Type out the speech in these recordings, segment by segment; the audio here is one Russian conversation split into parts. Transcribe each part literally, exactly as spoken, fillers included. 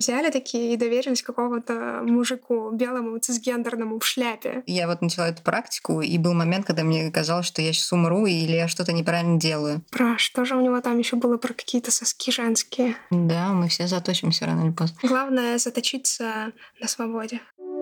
Взяли такие и доверились какому-то мужику белому, цисгендерному в шляпе. Я вот начала эту практику, и был момент, когда мне казалось, что я сейчас умру или я что-то неправильно делаю. Про что же у него там еще было? Про какие-то соски женские. Да, мы все заточимся рано или поздно. Главное заточиться на свободе.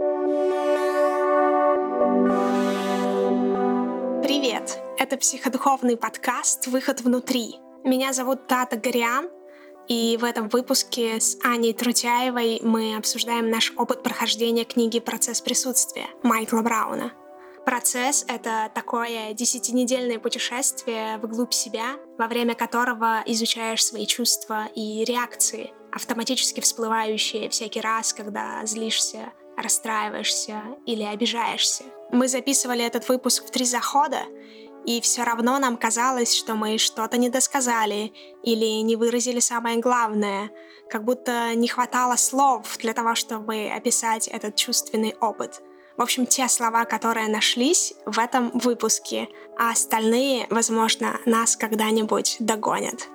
Привет! Это психодуховный подкаст «Выход внутри». Меня зовут Тата Горян, и в этом выпуске с Аней Трутяевой мы обсуждаем наш опыт прохождения книги «Процесс присутствия» Майкла Брауна. Процесс — это такое десятинедельное путешествие вглубь себя, во время которого изучаешь свои чувства и реакции, автоматически всплывающие всякий раз, когда злишься, расстраиваешься или обижаешься. Мы записывали этот выпуск в три захода, и все равно нам казалось, что мы что-то недосказали или не выразили самое главное, как будто не хватало слов для того, чтобы описать этот чувственный опыт. В общем, те слова, которые нашлись в этом выпуске, а остальные, возможно, нас когда-нибудь догонят.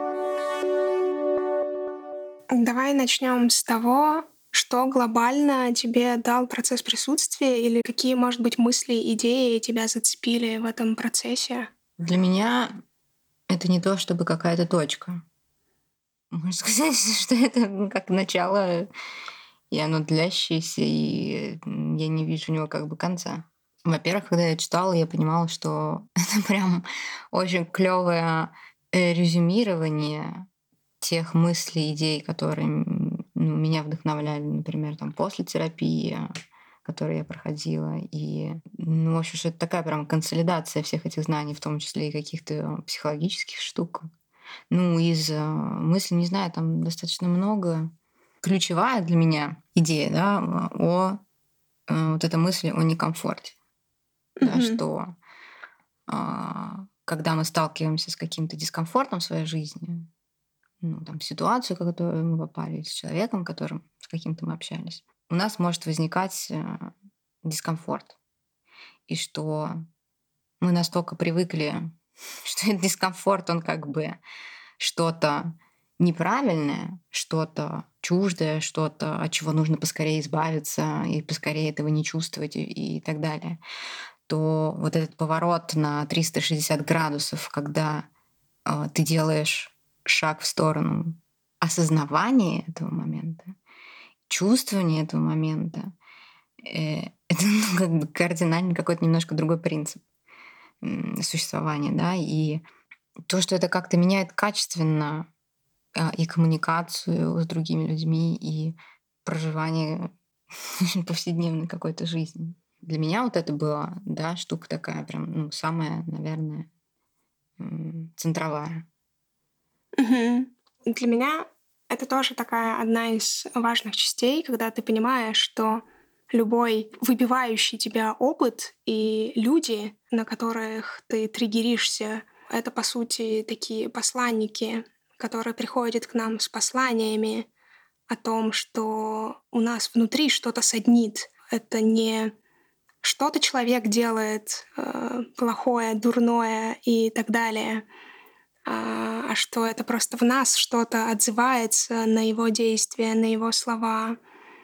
Давай начнем с того, что глобально тебе дал процесс присутствия или какие, может быть, мысли, идеи тебя зацепили в этом процессе? Для меня это не то, чтобы какая-то точка. Можно сказать, что это как начало, и оно длящееся, и я не вижу у него как бы конца. Во-первых, когда я читала, я понимала, что это прям очень клёвое резюмирование тех мыслей, идей, которые ну, меня вдохновляли, например, там, после терапии, которую я проходила. И, ну, в общем, что это такая прям консолидация всех этих знаний, в том числе и каких-то психологических штук. Ну, из мыслей, не знаю, там достаточно много. Ключевая для меня идея, да, о вот эта мысль о некомфорте. Mm-hmm. Да, что а, когда мы сталкиваемся с каким-то дискомфортом в своей жизни, ну, там, ситуацию, в которую мы попали, с человеком, которым, с каким-то мы общались, у нас может возникать дискомфорт. И что мы настолько привыкли, что этот дискомфорт, он как бы что-то неправильное, что-то чуждое, что-то, от чего нужно поскорее избавиться и поскорее этого не чувствовать и, и так далее, то вот этот поворот на триста шестьдесят градусов, когда э, ты делаешь шаг в сторону осознавания этого момента, чувствования этого момента, э, это ну, как бы кардинально какой-то немножко другой принцип э, существования, да, и то, что это как-то меняет качественно э, и коммуникацию с другими людьми, и проживание повседневной какой-то жизни. Для меня вот это была, да, штука такая прям, ну, самая, наверное, центровая. Угу. Для меня это тоже такая одна из важных частей, когда ты понимаешь, что любой выбивающий тебя опыт и люди, на которых ты триггеришься, это, по сути, такие посланники, которые приходят к нам с посланиями о том, что у нас внутри что-то саднит. Это не что-то человек делает э, плохое, дурное и так далее, а, а что это просто в нас что-то отзывается на его действия, на его слова.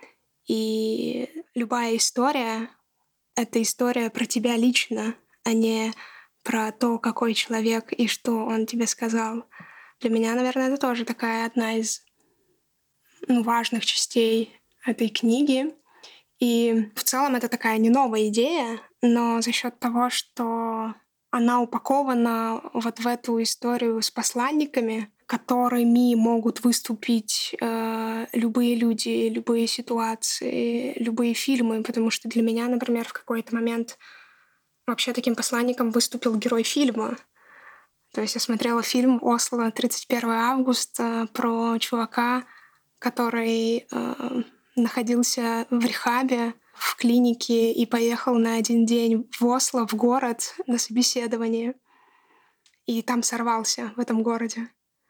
И любая история — это история про тебя лично, а не про то, какой человек и что он тебе сказал. Для меня, наверное, это тоже такая одна из ну, важных частей этой книги. И в целом это такая не новая идея, но за счет того, что она упакована вот в эту историю с посланниками, которыми могут выступить э, любые люди, любые ситуации, любые фильмы, потому что для меня, например, в какой-то момент вообще таким посланником выступил герой фильма. То есть я смотрела фильм «Осло. тридцать первого августа» про чувака, который э, находился в рехабе, в клинике и поехал на один день в Осло, в город, на собеседование. И там сорвался в этом городе.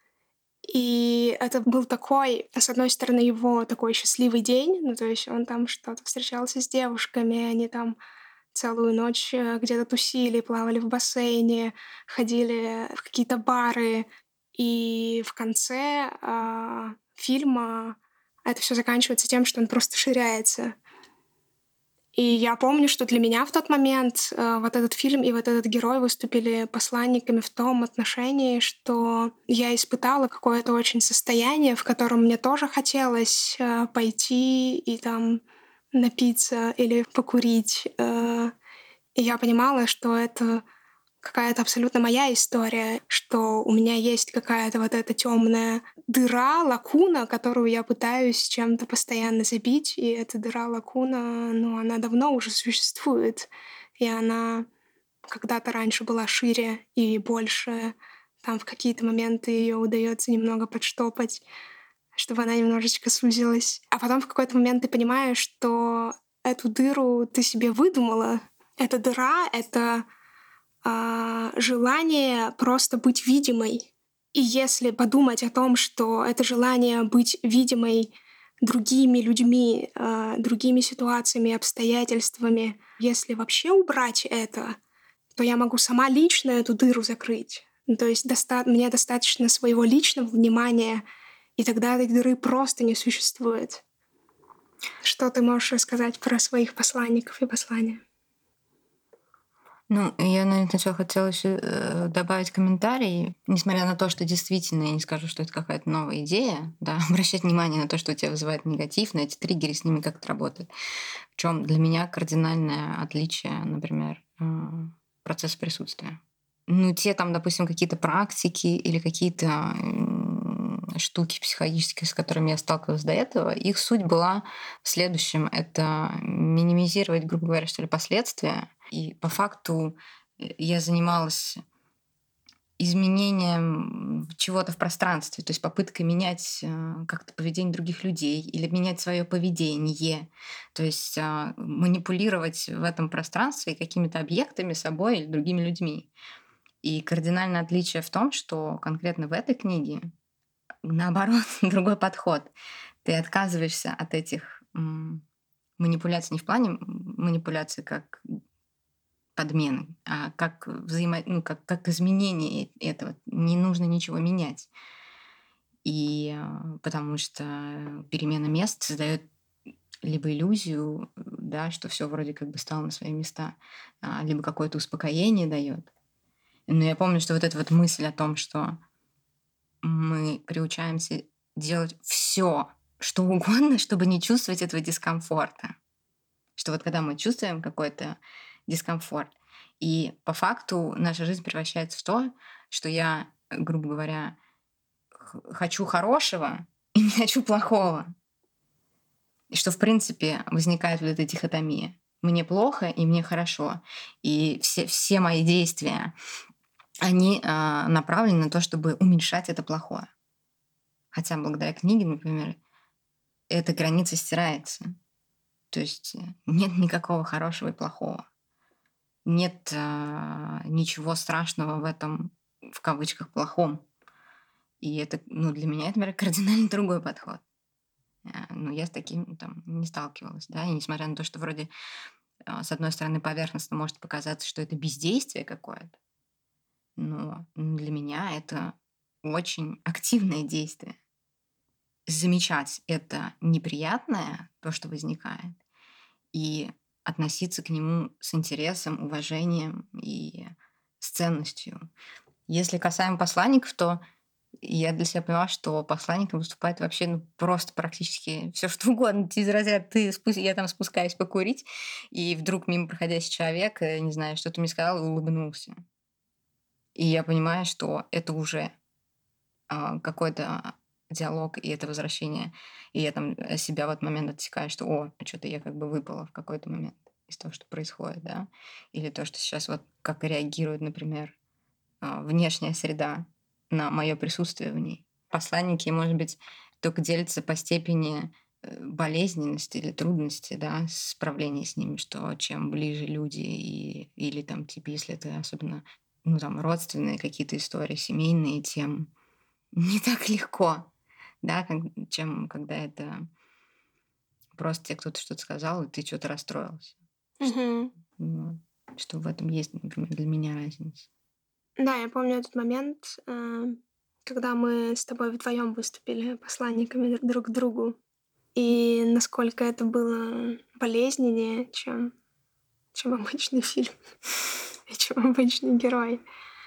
И это был такой, с одной стороны, его такой счастливый день, ну, то есть он там что-то встречался с девушками, они там целую ночь где-то тусили, плавали в бассейне, ходили в какие-то бары. И в конце э, фильма это все заканчивается тем, что он просто ширяется. И я помню, что для меня в тот момент э, вот этот фильм и вот этот герой выступили посланниками в том отношении, что я испытала какое-то очень состояние, в котором мне тоже хотелось э, пойти и там напиться или покурить. Э, и я понимала, что это какая-то абсолютно моя история, что у меня есть какая-то вот эта темная дыра, лакуна, которую я пытаюсь чем-то постоянно забить, и эта дыра, лакуна, ну, она давно уже существует, и она когда-то раньше была шире и больше, там в какие-то моменты ее удается немного подштопать, чтобы она немножечко сузилась. А потом в какой-то момент ты понимаешь, что эту дыру ты себе выдумала. Эта дыра — это а, желание просто быть видимой. И если подумать о том, что это желание быть видимой другими людьми, а, другими ситуациями, обстоятельствами, если вообще убрать это, то я могу сама лично эту дыру закрыть. Ну, то есть доста- мне достаточно своего личного внимания, и тогда этой дыры просто не существует. Что ты можешь рассказать про своих посланников и послания? Ну, я, наверное, сначала хотела еще э, добавить комментарий, несмотря на то, что действительно я не скажу, что это какая-то новая идея, да, обращать внимание на то, что у тебя вызывает негатив, на эти триггеры, с ними как это работает. В чем для меня кардинальное отличие, например, э, процесса присутствия. Ну, те там, допустим, какие-то практики или какие-то м, штуки психологические, с которыми я сталкивалась до этого, их суть была в следующем. Это минимизировать, грубо говоря, что ли, последствия. И по факту э, я занималась изменением чего-то в пространстве, то есть попыткой менять э, как-то поведение других людей или менять свое поведение, то есть а, манипулировать в этом пространстве какими-то объектами, собой или другими людьми. И кардинальное отличие в том, что конкретно в этой книге, наоборот, другой подход. Ты отказываешься от этих м, манипуляций не в плане м, манипуляций как подмены, а как, взаимо... ну, как, как изменение этого. Не нужно ничего менять. И а, потому что перемена мест создает либо иллюзию, да, что все вроде как бы стало на свои места, а, либо какое-то успокоение дает. Но я помню, что вот эта вот мысль о том, что мы приучаемся делать все, что угодно, чтобы не чувствовать этого дискомфорта. Что вот когда мы чувствуем какой-то дискомфорт, и по факту наша жизнь превращается в то, что я, грубо говоря, х- хочу хорошего и не хочу плохого. И что, в принципе, возникает вот эта дихотомия. Мне плохо и мне хорошо. И все, все мои действия, они а, направлены на то, чтобы уменьшать это плохое. Хотя благодаря книге, например, эта граница стирается. То есть э, нет никакого хорошего и плохого. Нет а, ничего страшного в этом, в кавычках, плохом. И это, ну, для меня это, например, кардинально другой подход. А, Ну, я с таким там не сталкивалась, да, и несмотря на то, что вроде а, с одной стороны поверхностно может показаться, что это бездействие какое-то, но для меня это очень активное действие. Замечать это неприятное, то, что возникает, и относиться к нему с интересом, уважением и с ценностью. Если касаемо посланников, то я для себя поняла, что посланником выступает вообще ну, просто практически все что угодно. Из разряда ты спу- я там спускаюсь покурить, и вдруг мимо проходящий человек, э, не знаю, что-то мне сказал и улыбнулся. И я понимаю, что это уже а, какой-то диалог, и это возвращение. И я там э, себя в этот момент отсекаю, что, о, что-то я как бы выпала в какой-то момент из того, что происходит, да. Или то, что сейчас вот как реагирует, например, а, внешняя среда на мое присутствие в ней. Посланники, может быть, только делятся по степени э, болезненности или трудности, да, справления с ними, что чем ближе люди, и, или там, типа, если это особенно, ну, там, родственные какие-то истории, семейные, тем не так легко, да, как- чем когда это просто тебе кто-то что-то сказал, и ты что-то расстроился. Ш- Мгм. вот. Что в этом есть, например, для меня разница. Да, я помню этот момент, э, когда мы с тобой вдвоем выступили посланниками друг к другу. и насколько это было болезненнее, чем, чем обычный фильм и чем обычный герой.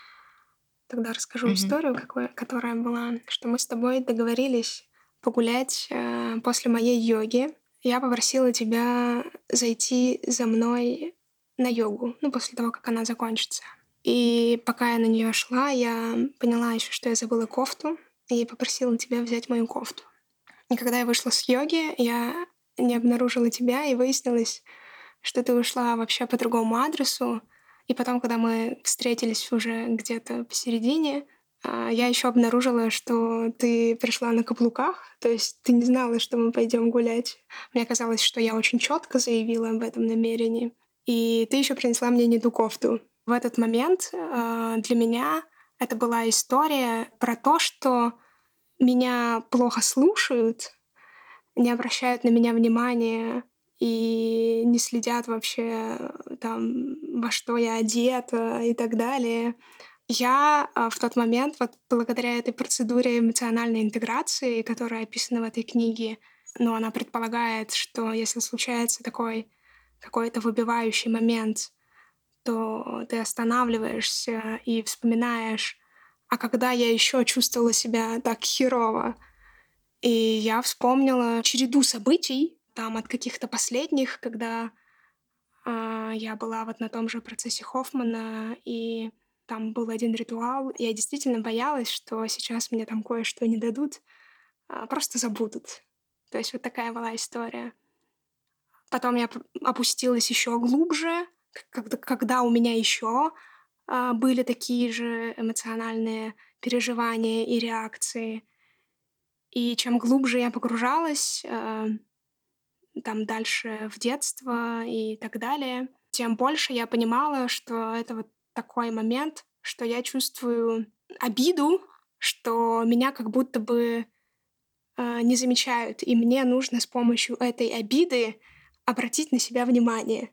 Тогда расскажу Мгм. историю, какой, которая была, что мы с тобой договорились погулять э, после моей йоги. Я попросила тебя зайти за мной на йогу, ну, после того, как она закончится. И пока я на нее шла, я поняла еще, что я забыла кофту, и попросила тебя взять мою кофту. И когда я вышла с йоги, я не обнаружила тебя, и выяснилось, что ты ушла вообще по другому адресу. И потом, когда мы встретились уже где-то посередине, а, я еще обнаружила, что ты пришла на каблуках, то есть ты не знала, что мы пойдем гулять. Мне казалось, что я очень четко заявила об этом намерении. И ты еще принесла мне не ту кофту. В этот момент а, для меня это была история про то, что меня плохо слушают, не обращают на меня внимания и не следят вообще э, там, во что я одета и так далее. Я а, в тот момент, вот благодаря этой процедуре эмоциональной интеграции, которая описана в этой книге, но она предполагает, что если случается такой какой-то выбивающий момент, то ты останавливаешься и вспоминаешь, а когда я еще чувствовала себя так херово, и я вспомнила череду событий, там от каких-то последних, когда а, я была вот на том же процессе Хоффмана, и там был один ритуал. и Я действительно боялась, что сейчас мне там кое-что не дадут, а просто забудут. То есть вот такая была история. Потом я п- опустилась еще глубже, к- когда, когда у меня еще были такие же эмоциональные переживания и реакции. И чем глубже я погружалась, а, там дальше в детство и так далее, тем больше я понимала, что это вот такой момент, что я чувствую обиду, что меня как будто бы а, не замечают, и мне нужно с помощью этой обиды обратить на себя внимание.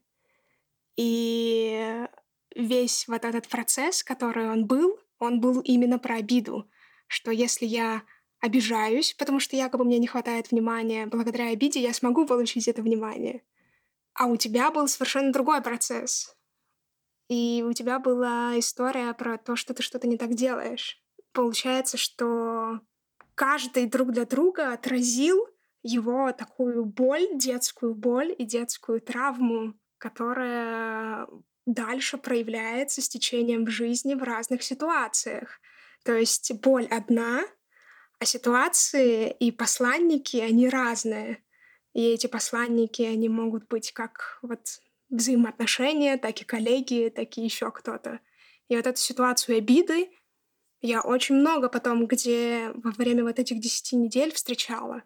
И весь вот этот процесс, который он был, он был именно про обиду, что если я обижаюсь, потому что якобы мне не хватает внимания, благодаря обиде я смогу получить это внимание. А у тебя был совершенно другой процесс. И у тебя была история про то, что ты что-то не так делаешь. Получается, что каждый друг для друга отразил его такую боль, детскую боль и детскую травму, которая дальше проявляется с течением в жизни в разных ситуациях. То есть боль одна, а ситуации и посланники, они разные. И эти посланники, они могут быть как вот взаимоотношения, так и коллеги, так и еще кто-то. И вот эту ситуацию обиды я очень много потом, где во время вот этих десяти недель встречала.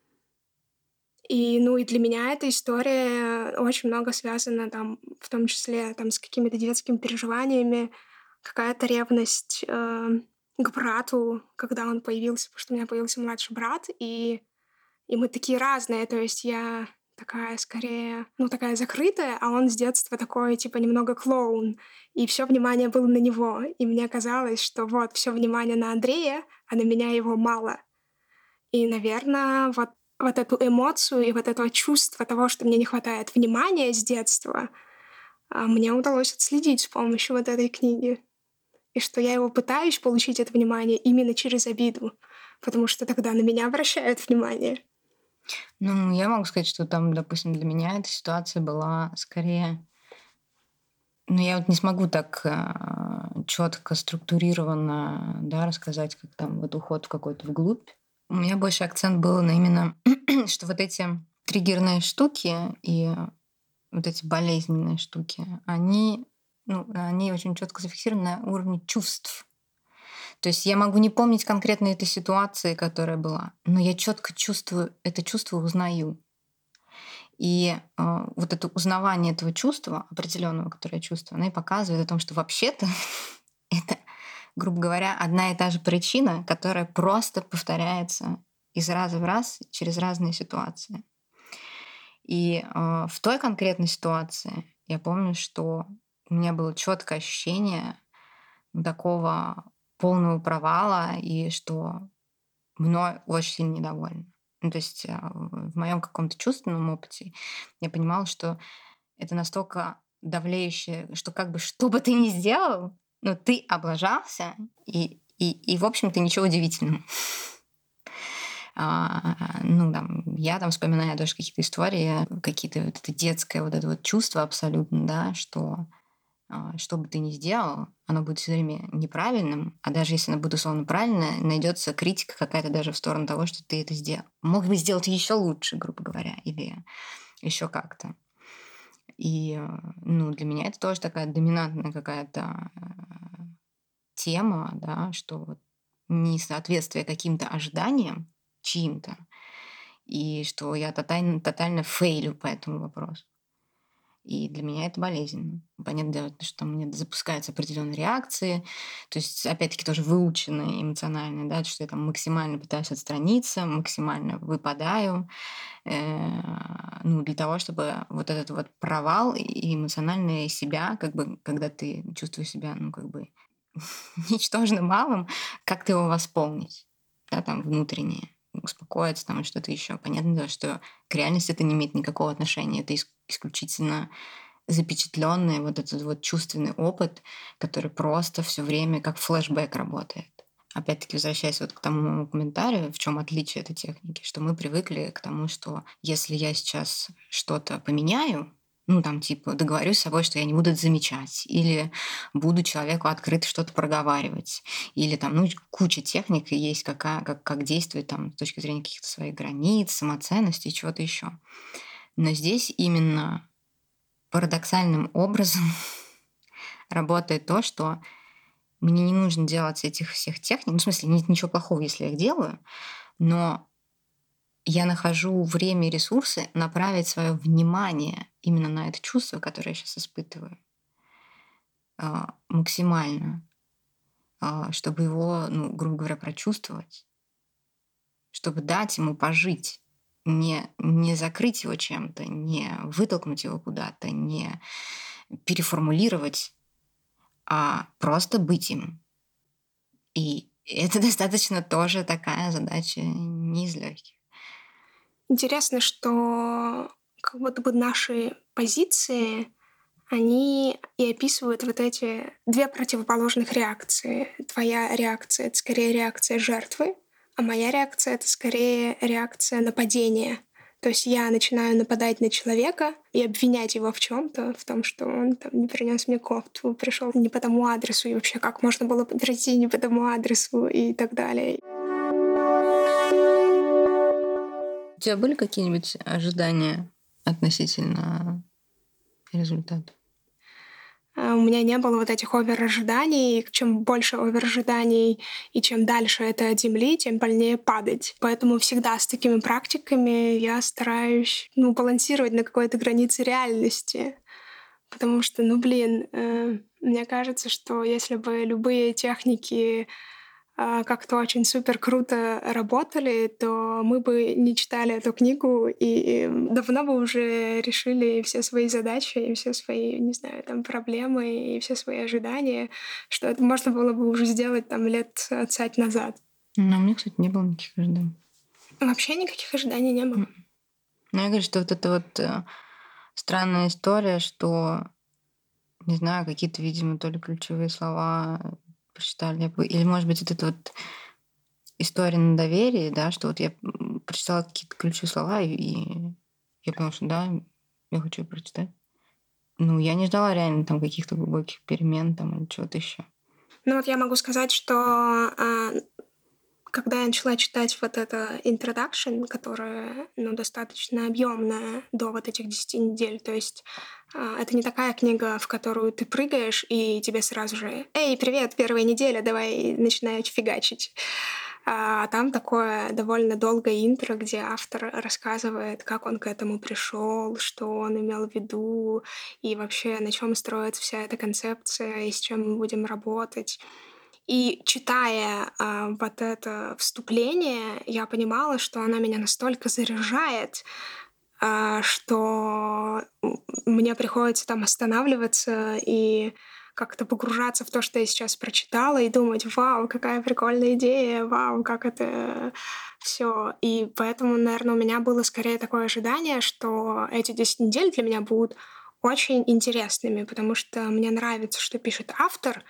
И, ну, и для меня эта история очень много связана там, в том числе там с какими-то детскими переживаниями, какая-то ревность э, к брату, когда он появился, потому что у меня появился младший брат, и и мы такие разные, то есть я такая скорее, ну, такая закрытая, а он с детства такой, типа, немного клоун. И все внимание было на него. И мне казалось, что вот все внимание на Андрея, а на меня его мало. И, наверное, вот, вот эту эмоцию и вот это чувство того, что мне не хватает внимания с детства, а, мне удалось отследить с помощью вот этой книги. И что я его пытаюсь получить это внимание именно через обиду, потому что тогда на меня обращают внимание. Ну, я могу сказать, что там, допустим, для меня эта ситуация была скорее... Ну, я вот не смогу так четко, структурированно, да, рассказать, как там вот уход в какой-то вглубь. У меня больше акцент был на именно, что вот эти триггерные штуки и вот эти болезненные штуки, они, ну, они очень четко зафиксированы на уровне чувств. То есть я могу не помнить конкретно этой ситуации, которая была, но я четко чувствую, это чувство узнаю. И э, вот это узнавание этого чувства, определенного, которое я чувствую, оно и показывает о том, что вообще-то это, грубо говоря, одна и та же причина, которая просто повторяется из раза в раз через разные ситуации. И э, в той конкретной ситуации я помню, что у меня было четкое ощущение такого полного провала, и что мной очень сильно недовольны. Ну, то есть а, в моем каком-то чувственном опыте я понимала, что это настолько давлеющее, что как бы что бы ты ни сделал, но ты облажался, и, и, и в общем-то, ничего удивительного. А, ну, там, я там вспоминаю тоже какие-то истории, какие-то вот это детское вот это вот чувство абсолютно, да, что а, что бы ты ни сделал, оно будет все время неправильным, а даже если оно будет условно правильно, найдется критика какая-то даже в сторону того, что ты это сделал. Мог бы сделать еще лучше, грубо говоря, или еще как-то. И э, ну, для меня это тоже такая доминантная какая-то э, тема, да, что вот несоответствие каким-то ожиданиям чьим-то, и что я тотально, тотально фейлю по этому вопросу. И для меня это болезненно. Понятное дело, что там у меня запускаются определенные реакции, то есть, опять-таки, тоже выученные эмоционально, да, что я там максимально пытаюсь отстраниться, максимально выпадаю, э, ну, для того, чтобы вот этот вот провал и эмоциональное себя, как бы, когда ты чувствуешь себя, ну, как бы ничтожно малым, как ты его восполнить, да, там, внутренне, успокоиться, там, и что-то еще. Понятно, дело, что к реальности это не имеет никакого отношения. Это ис- исключительно запечатленный вот этот вот чувственный опыт, который просто все время как флешбэк работает. Опять-таки, возвращаясь вот к тому моему комментарию, в чем отличие этой техники, что мы привыкли к тому, что если я сейчас что-то поменяю, ну, там, типа, договорюсь с собой, что я не буду это замечать, или буду человеку открыто что-то проговаривать, или там, ну, куча техник есть, какая, как, как действовать там с точки зрения каких-то своих границ, самоценности и чего-то еще. Но здесь именно парадоксальным образом работает то, что мне не нужно делать этих всех техник. Ну, в смысле, нет ничего плохого, если я их делаю, но я нахожу время и ресурсы направить свое внимание именно на это чувство, которое я сейчас испытываю, а, максимально, а, чтобы его, ну, грубо говоря, прочувствовать, чтобы дать ему пожить, не, не закрыть его чем-то, не вытолкнуть его куда-то, не переформулировать, а просто быть им. И это достаточно тоже такая задача не из легких. Интересно, что как будто бы наши позиции, они и описывают вот эти две противоположных реакции. Твоя реакция — это скорее реакция жертвы, а моя реакция — это скорее реакция нападения. То есть я начинаю нападать на человека и обвинять его в чем то в том, что он там не принес мне кофту, пришел не по тому адресу, и вообще как можно было прийти не по тому адресу и так далее. У тебя были какие-нибудь ожидания относительно результата? А, У меня не было вот этих овер-ожиданий. Чем больше овер-ожиданий и чем дальше это от земли, тем больнее падать. Поэтому всегда с такими практиками я стараюсь, ну, балансировать на какой-то границе реальности. Потому что, ну, блин, э, мне кажется, что если бы любые техники а, как-то очень супер круто работали, то мы бы не читали эту книгу и давно бы уже решили все свои задачи и все свои, не знаю, там, проблемы и все свои ожидания, что это можно было бы уже сделать там лет двадцать назад. Ну, у меня, кстати, не было никаких ожиданий. Вообще никаких ожиданий не было. Но я говорю, что вот эта вот э, странная история, что, не знаю, какие-то, видимо, то ли ключевые слова прочитали, я бы- или, может быть, вот эта вот история на доверии, да, что вот я м, прочитала какие-то ключевые слова, и, и я поняла, что да, я хочу их прочитать. Ну, я не ждала реально там каких-то глубоких перемен там или чего-то еще. Ну вот я могу сказать, что а, когда я начала читать вот это introduction, которое, ну, достаточно объемное до вот этих десяти недель, то есть а, это не такая книга, в которую ты прыгаешь, и тебе сразу же «Эй, привет, первая неделя, давай начинаю фигачить». А там такое довольно долгое интро, где автор рассказывает, как он к этому пришел, что он имел в виду, и вообще на чем строится вся эта концепция, и с чем мы будем работать. И читая а, вот это вступление, я понимала, что она меня настолько заряжает, а, что м- мне приходится там останавливаться и как-то погружаться в то, что я сейчас прочитала, и думать: вау, какая прикольная идея, вау, как это все. И поэтому, наверное, у меня было скорее такое ожидание, что эти десять недель для меня будут очень интересными, потому что мне нравится, что пишет автор,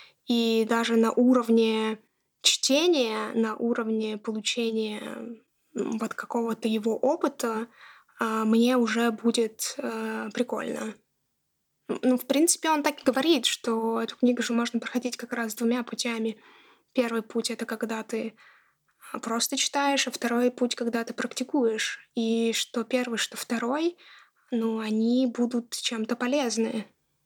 и даже на уровне чтения, на уровне получения м, вот какого-то его опыта а, мне уже будет э, прикольно. Ну, в принципе, он так и говорит, что эту книгу же можно проходить как раз двумя путями. Первый путь — это когда ты а, просто читаешь, а второй путь — когда ты практикуешь. И что первый, что второй, ну, они будут чем-то полезны.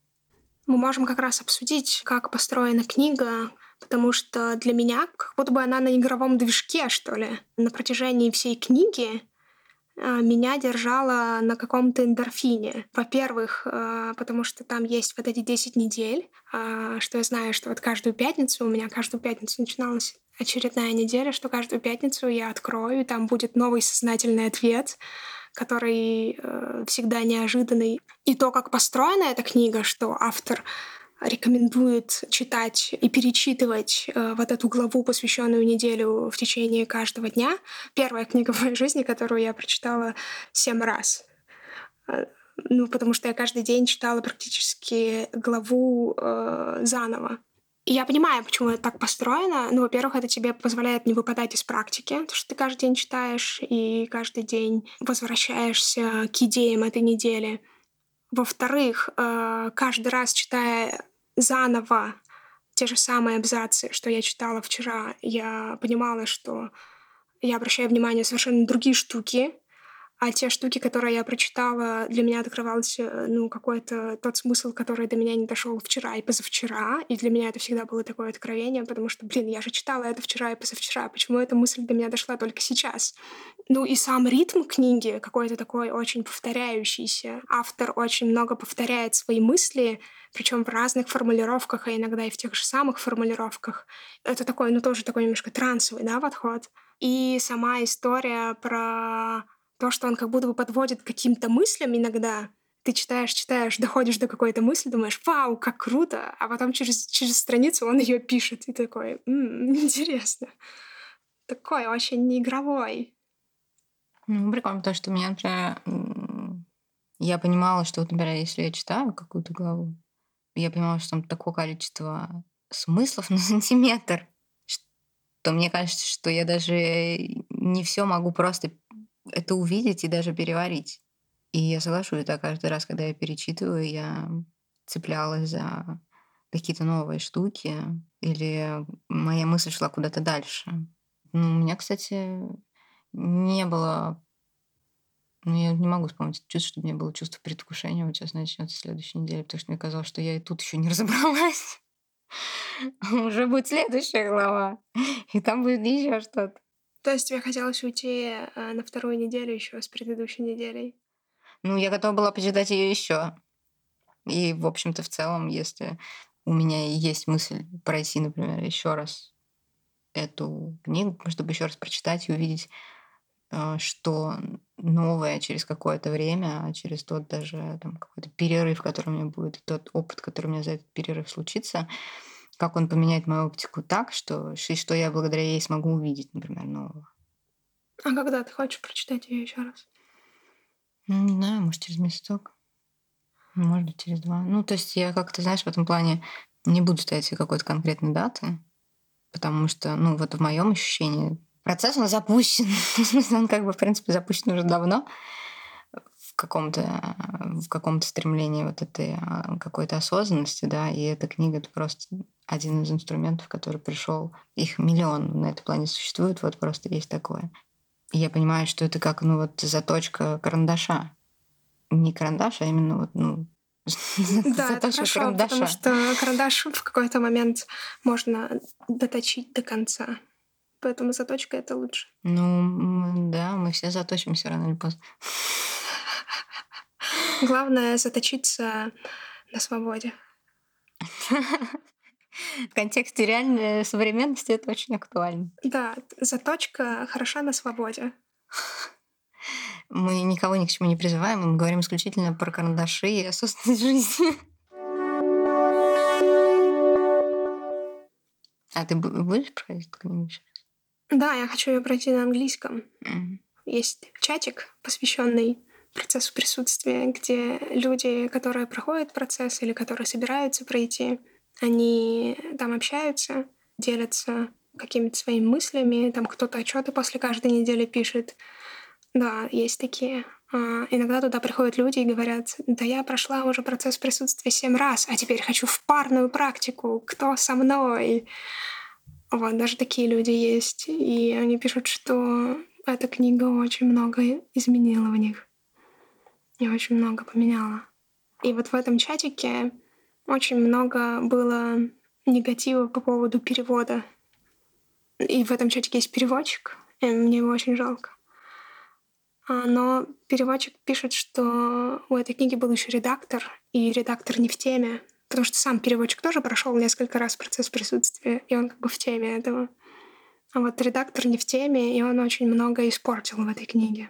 Мы можем как раз обсудить, как построена книга, потому что для меня как будто бы она на игровом движке, что ли. На протяжении всей книги а, меня держала на каком-то эндорфине. Во-первых, а, потому что там есть вот эти десять недель, а, что я знаю, что вот каждую пятницу, у меня каждую пятницу начиналась очередная неделя, что каждую пятницу я открою, и там будет новый сознательный ответ, который э, всегда неожиданный. И то, как построена эта книга, что автор рекомендует читать и перечитывать э, вот эту главу, посвященную неделю в течение каждого дня. Первая книга в моей жизни, которую я прочитала семь раз. Э, Ну, потому что я каждый день читала практически главу э, заново. И я понимаю, почему это так построено. Ну, во-первых, это тебе позволяет не выпадать из практики, потому что ты каждый день читаешь и каждый день возвращаешься к идеям этой недели. Во-вторых, э, каждый раз читая заново те же самые абзацы, что я читала вчера, я понимала, что я обращаю внимание совершенно на другие штуки, а те штуки, которые я прочитала, для меня открывался, ну, какой-то тот смысл, который до меня не дошел вчера и позавчера. И для меня это всегда было такое откровение, потому что, блин, я же читала это вчера и позавчера. Почему эта мысль до меня дошла только сейчас? Ну и сам ритм книги какой-то такой очень повторяющийся. Автор очень много повторяет свои мысли, причем в разных формулировках, а иногда и в тех же самых формулировках. Это такой, ну, тоже такой немножко трансовый, да, подход. И сама история про то, что он как будто бы подводит к каким-то мыслям иногда. Ты читаешь, читаешь, доходишь до какой-то мысли, думаешь: вау, как круто, а потом через, через страницу он ее пишет, и такой: «М, интересно». Такой очень неигровой. Ну, прикольно, потому что у меня, например, м, я понимала, что, вот, например, если я читаю какую-то главу, я понимала, что там такое количество смыслов на сантиметр, что мне кажется, что я даже не все могу просто это увидеть и даже переварить. И я соглашусь, да, каждый раз, когда я перечитываю, я цеплялась за какие-то новые штуки, или моя мысль шла куда-то дальше. Ну, у меня, кстати, не было, ну, я не могу вспомнить это чувство, чтобы у меня было чувство предвкушения, вот сейчас начнется следующая неделя, потому что мне казалось, что я и тут еще не разобралась. А уже будет следующая глава, и там будет еще что-то. То есть тебе хотелось уйти э, на вторую неделю еще с предыдущей неделей? Ну, я готова была почитать ее еще. И, в общем-то, в целом, если у меня есть мысль пройти, например, еще раз эту книгу, чтобы еще раз прочитать и увидеть, э, что новое через какое-то время, а через тот даже там, какой-то перерыв, который у меня будет, и тот опыт, который у меня за этот перерыв случится, как он поменяет мою оптику так, что, ш- что я благодаря ей смогу увидеть, например, нового. А когда ты хочешь прочитать ее еще раз? Ну, не знаю, может, через месяцок, может быть, через два. Ну, то есть я как-то, знаешь, в этом плане не буду ставить себе какой-то конкретной даты, потому что, ну, вот в моем ощущении процесс, он запущен. В смысле, он как бы, в принципе, запущен уже давно в каком-то в каком-то стремлении вот этой а, какой-то осознанности, да, и эта книга — это просто один из инструментов, который пришел. Их миллион на этой планете существует, вот просто есть такое. И я понимаю, что это как, ну, вот заточка карандаша. Не карандаш, а именно вот, ну, Да, это заточка хорошо, потому карандаша. что карандаш в какой-то момент можно доточить до конца. Поэтому заточка — это лучше. Ну, м, да, мы все заточимся рано или поздно. Главное — заточиться на свободе. В контексте реальной современности это очень актуально. Да, заточка хороша на свободе. Мы никого ни к чему не призываем, мы говорим исключительно про карандаши и осознанность жизни. А ты бу- будешь проходить эту книгу ещё раз? Да, я хочу ее пройти на английском. Мгм. Есть чатик, посвященный процессу присутствия, где люди, которые проходят процесс или которые собираются пройти, они там общаются, делятся какими-то своими мыслями, там кто-то отчеты после каждой недели пишет. Да, есть такие. А, иногда туда приходят люди и говорят: да я прошла уже процесс присутствия семь раз, а теперь хочу в парную практику, кто со мной? Вот, даже такие люди есть. И они пишут, что эта книга очень много изменила в них и очень много поменяла. И вот в этом чатике очень много было негатива по поводу перевода. И в этом чатике есть переводчик, и мне его очень жалко. А, Но переводчик пишет, что у этой книги был еще редактор, и редактор не в теме, потому что сам переводчик тоже прошел несколько раз процесс присутствия, и он как бы в теме этого. А вот редактор не в теме, и он очень много испортил в этой книге.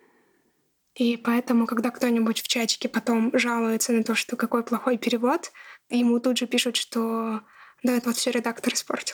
И поэтому, когда кто-нибудь в чатике потом жалуется на то, что какой плохой перевод, ему тут же пишут, что да, это вот все редактор испортил.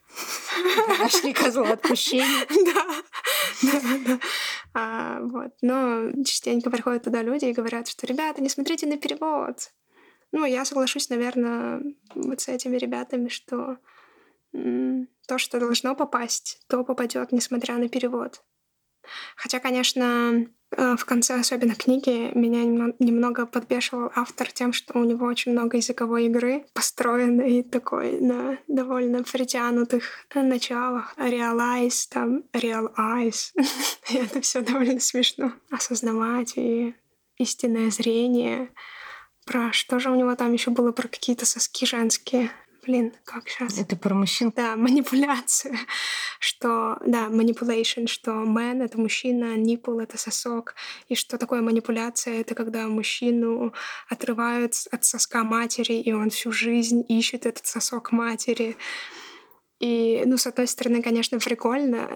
Нашли козла отпущения. Да, да, да. А, вот. Но частенько приходят туда люди и говорят, что ребята, не смотрите на перевод. Ну, я соглашусь, наверное, вот с этими ребятами, что м, то, что должно попасть, то попадет, несмотря на перевод. Хотя, конечно, э, в конце особенно книги меня немо- немного подбешивал автор тем, что у него очень много языковой игры, построенной такой на довольно притянутых э, началах. Realize, там, realize. И это все довольно смешно. Осознавать и истинное зрение. Про что же у него там еще было? Про какие-то соски женские. Блин, как сейчас? Это про мужчин. Да, манипуляция, что, да, manipulation, что man — это мужчина, nipple — это сосок, и что такое манипуляция — это когда мужчину отрывают с- от соска матери, и он всю жизнь ищет этот сосок матери. И, ну, с одной стороны, конечно, прикольно,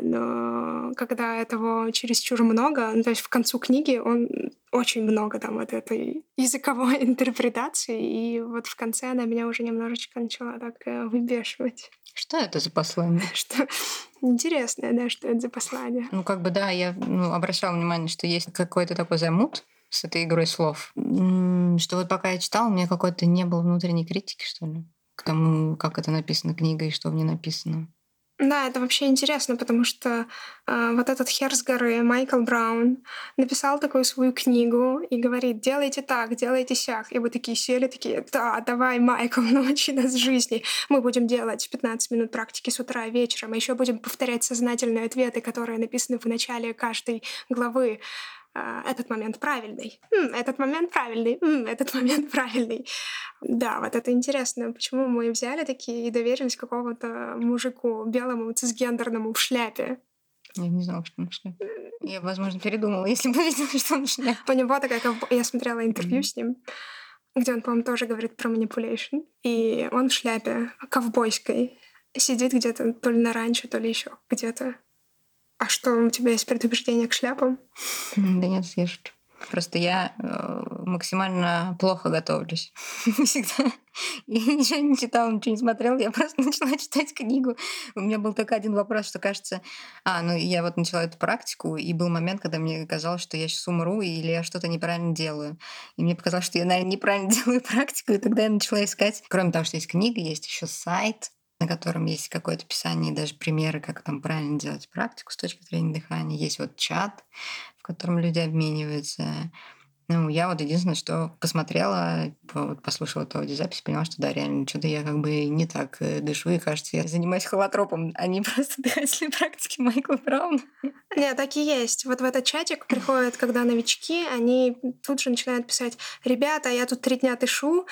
но когда этого чересчур много, ну, то есть в концу книги он очень много там вот этой языковой интерпретации, и вот в конце она меня уже немножечко начала так э, выбешивать. Что это за послание? Что интересно, да, что это за послание. Ну, как бы, да, я ну, обращала внимание, что есть какой-то такой замут с этой игрой слов, М, что вот пока я читала, у меня какой-то не было внутренней критики, что ли, к тому, как это написано книга и что в ней написано. Да, это вообще интересно, потому что а, вот этот хер с горы, Майкл Браун, написал такую свою книгу и говорит: делайте так, делайте сяк. И вы такие сели, такие: да, давай, Майкл, научи нас жизни. Мы будем делать пятнадцать минут практики с утра и вечером, а еще будем повторять сознательные ответы, которые написаны в начале каждой главы. А, Этот момент правильный. М, Этот момент правильный. М, Этот момент правильный. Да, вот это интересно, почему мы взяли такие и доверились какому-то мужику белому цисгендерному в шляпе. Я не знала, что он в шляпе. Я, возможно, передумала, если бы видела, что он в шляпе. У него такая ковбо- Я смотрела интервью Мгм. с ним, где он, по-моему, тоже говорит про manipulation. И он в шляпе ковбойской сидит где-то то ли на ранчо, то ли еще где-то. А что, у тебя есть предубеждение к шляпам? Да нет, я шучу. Просто я э, максимально плохо готовлюсь. Всегда. Я ничего не читала, ничего не смотрела. Я просто начала читать книгу. У меня был только один вопрос, что кажется... А, ну я вот начала эту практику, и был момент, когда мне казалось, что я сейчас умру или я что-то неправильно делаю. И мне показалось, что я, наверное, неправильно делаю практику, и тогда я начала искать. Кроме того, что есть книга, есть еще сайт, на котором есть какое-то описание и даже примеры, как там правильно делать практику с точки зрения дыхания. Есть вот чат, в котором люди обмениваются. Ну, я вот единственное, что посмотрела, по- вот послушала эту аудиозапись, поняла, что да, реально, что-то я как бы не так э, дышу, и кажется, я занимаюсь холотропом, а не просто дыхательной практики Майкла Брауна. Нет, так и есть. Вот в этот чатик приходят, когда новички, они тут же начинают писать: ребята, я тут три дня дышу,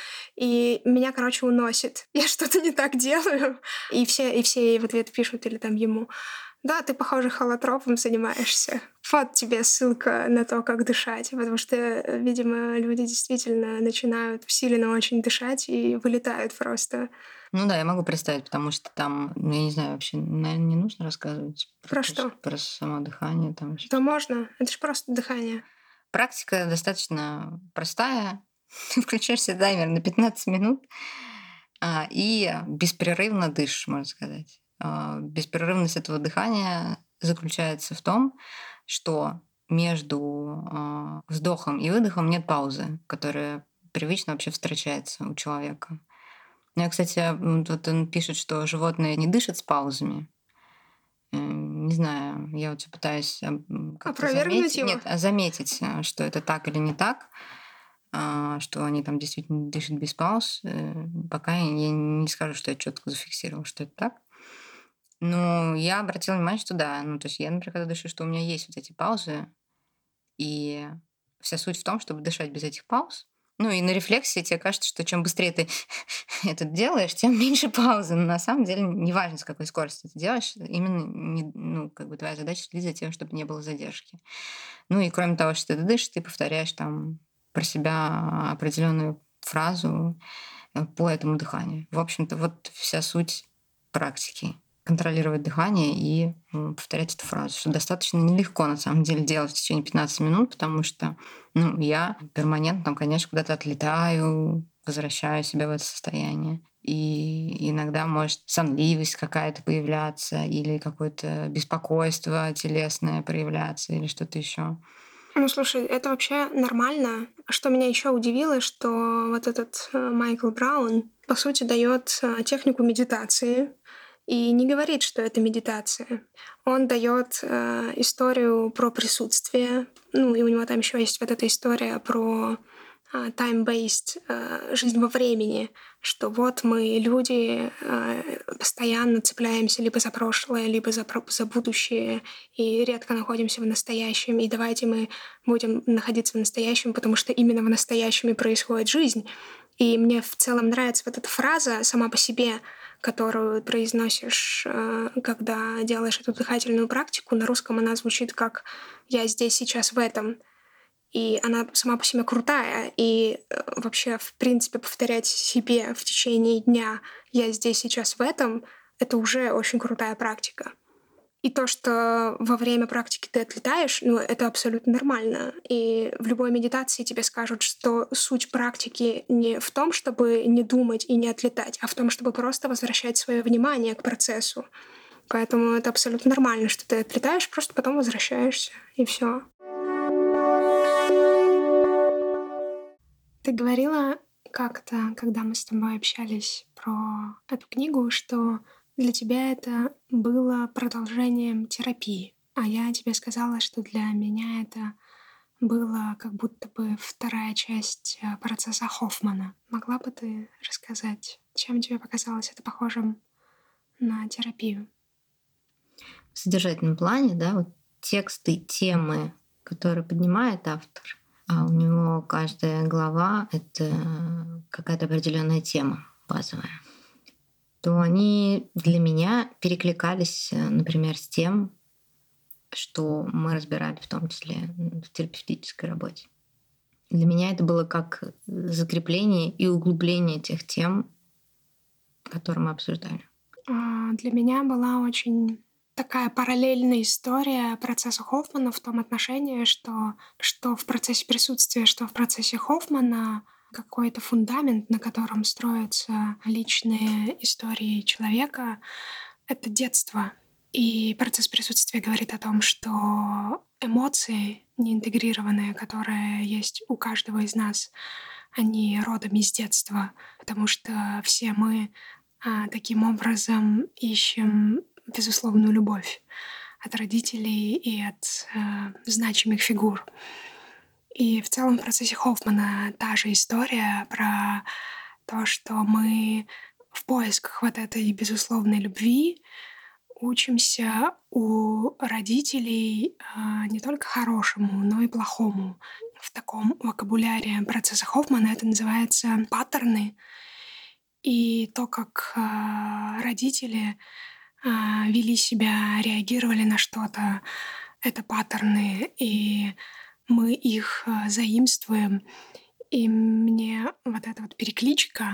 и меня, короче, уносит. Я что-то не так делаю. И все, и все ей в ответ пишут или там ему: да, ты, похоже, холотропом занимаешься. Вот тебе ссылка на то, как дышать. Потому что, э, видимо, люди действительно начинают усиленно очень дышать и вылетают просто. Ну да, я могу представить, потому что там, ну, я не знаю, вообще, наверное, не нужно рассказывать про, Про то, что- что? про само дыхание. Там. Да можно. Это же просто дыхание. Практика достаточно простая. Включаешь себе таймер на пятнадцать минут, а, и беспрерывно дышишь, можно сказать. А, Беспрерывность этого дыхания заключается в том, что между а, вздохом и выдохом нет паузы, которая привычно вообще встречается у человека. Ну, я, кстати, м, вот он пишет, что животные не дышат с паузами. Э, Не знаю, я вот всё пытаюсь об- м, как-то Опровергнуть заметить, его? нет, а заметить, э, что это так или не так, а, что они там действительно дышат без пауз. Э, Пока я не не скажу, что я четко зафиксировала, что это так. Но я обратила внимание, что да. Ну, то есть я, например, когда дышу, что у меня есть вот эти паузы, и вся суть в том, чтобы дышать без этих пауз. Ну и на рефлексе тебе кажется, что чем быстрее ты это делаешь, тем меньше паузы. Но на самом деле неважно, с какой скоростью ты делаешь, именно не- ну, как бы твоя задача следить за тем, чтобы не было задержки. Ну и кроме того, что ты дышишь, ты повторяешь там про себя определенную фразу э, по этому дыханию. В общем-то, вот вся суть практики. Контролировать дыхание и м, повторять эту фразу, что достаточно нелегко на самом деле делать в течение пятнадцати минут, потому что ну, я перманентно, там, конечно, куда-то отлетаю, возвращаю себя в это состояние. И иногда может сонливость какая-то появляться, или какое-то беспокойство телесное проявляться, или что-то еще. Ну, слушай, это вообще нормально. Что меня еще удивило, что вот этот э, Майкл Браун, по сути, дает э, технику медитации и не говорит, что это медитация. Он дает э, историю про присутствие. Ну, и у него там еще есть вот эта история про а, time-based, э, жизнь во времени, что вот мы, люди, э, постоянно цепляемся либо за прошлое, либо за, про- за будущее, и редко находимся в настоящем, и давайте мы будем находиться в настоящем, потому что именно в настоящем и происходит жизнь. И мне в целом нравится вот эта фраза сама по себе, которую произносишь, э, когда делаешь эту дыхательную практику. На русском она звучит как «я здесь сейчас в этом». И она сама по себе крутая. И э, вообще, в принципе, повторять себе в течение дня «я здесь сейчас в этом» — это уже очень крутая практика. И то, что во время практики ты отлетаешь, ну, это абсолютно нормально. И в любой медитации тебе скажут, что суть практики не в том, чтобы не думать и не отлетать, а в том, чтобы просто возвращать свое внимание к процессу. Поэтому это абсолютно нормально, что ты отлетаешь, просто потом возвращаешься, и все. Ты говорила как-то, когда мы с тобой общались про эту книгу, что для тебя это было продолжением терапии. А я тебе сказала, что для меня это было как будто бы вторая часть э, процесса Хоффмана. Могла бы ты рассказать, чем тебе показалось это похожим на терапию? В содержательном плане, да, вот тексты, темы, которые поднимает автор, а у него каждая глава — это какая-то определенная тема базовая, то они для меня перекликались, э, например, с тем, что мы разбирали в том числе м, в терапевтической работе. Для меня это было как закрепление и углубление тех тем, которые мы обсуждали. А, Для меня была очень такая параллельная история процесса Хоффмана в том отношении, что, что в процессе присутствия, что в процессе Хоффмана какой-то фундамент, на котором строятся личные истории человека, это детство. И процесс присутствия говорит о том, что эмоции неинтегрированные, которые есть у каждого из нас, они родом из детства, потому что все мы а, таким образом ищем безусловную любовь от родителей и от э, значимых фигур. И в целом в процессе Хоффмана та же история про то, что мы в поисках вот этой безусловной любви учимся у родителей а, не только хорошему, но и плохому. В таком вокабуляре процесса Хоффмана это называется паттерны. И то, как а, родители а, вели себя, реагировали на что-то, это паттерны, и мы их а, заимствуем. И мне вот эта вот перекличка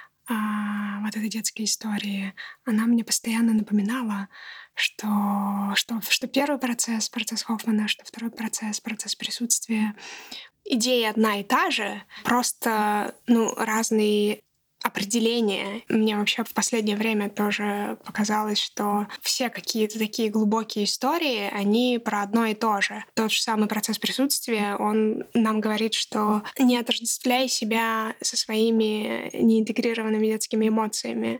а, вот этой детской истории, она мне постоянно напоминала, что, что, что первый процесс, процесс Хоффмана, что второй процесс, процесс присутствия, идея одна и та же, просто ну, разный определение. Мне вообще в последнее время тоже показалось, что все какие-то такие глубокие истории, они про одно и то же. Тот же самый процесс присутствия, он нам говорит, что не отождествляй себя со своими неинтегрированными детскими эмоциями.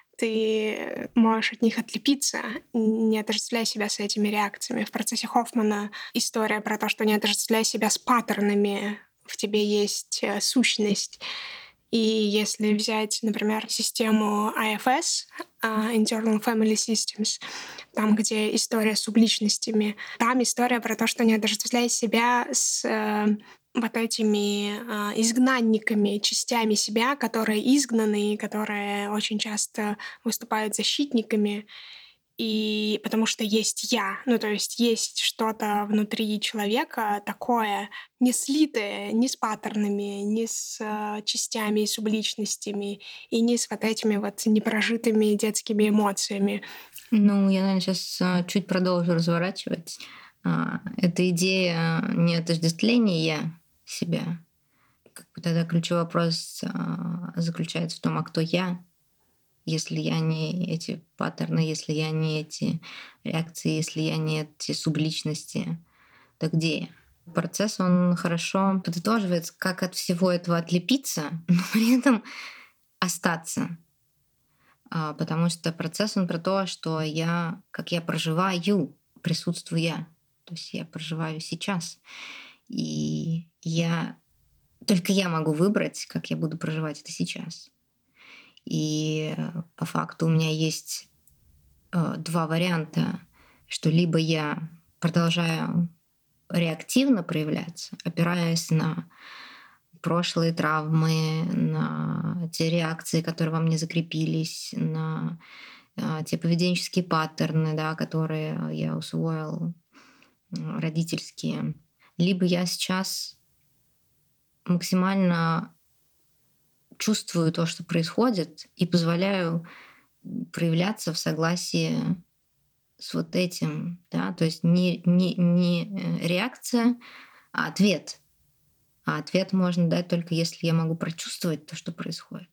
Ты можешь от них отлепиться, не отождествляй себя с этими реакциями. В процессе Хоффмана история про то, что не отождествляй себя с паттернами, в тебе есть э, сущность. И если взять, например, систему ай эф эс, а, Internal Family Systems, там, где история с субличностями, там история про то, что не отождествляй себя с э, вот этими а, изгнанниками, частями себя, которые изгнаны, и которые очень часто выступают защитниками, и потому что есть я. Ну, то есть есть что-то внутри человека такое, не слитое ни с паттернами, ни с а, частями и субличностями, и не с вот этими вот непрожитыми детскими эмоциями. Ну, я, наверное, сейчас чуть продолжу разворачивать. А, Эта идея неотождествления себя. Как бы тогда ключевой вопрос а, заключается в том, а кто я, если я не эти паттерны, если я не эти реакции, если я не эти субличности, то где я? Процесс, он хорошо подытоживается, как от всего этого отлепиться, но при этом остаться. А, Потому что процесс, он про то, что я, как я проживаю, присутствую я. То есть я проживаю сейчас. И я только я могу выбрать, как я буду проживать это сейчас. И э, по факту у меня есть э, два варианта, что либо я продолжаю реактивно проявляться, опираясь на прошлые травмы, на те реакции, которые во мне закрепились, на э, те поведенческие паттерны, да, которые я усвоил, м, родительские. Либо я сейчас максимально чувствую то, что происходит, и позволяю проявляться в согласии с вот этим, да, то есть не, не, не э, реакция, а ответ. А ответ можно дать только если я могу прочувствовать то, что происходит.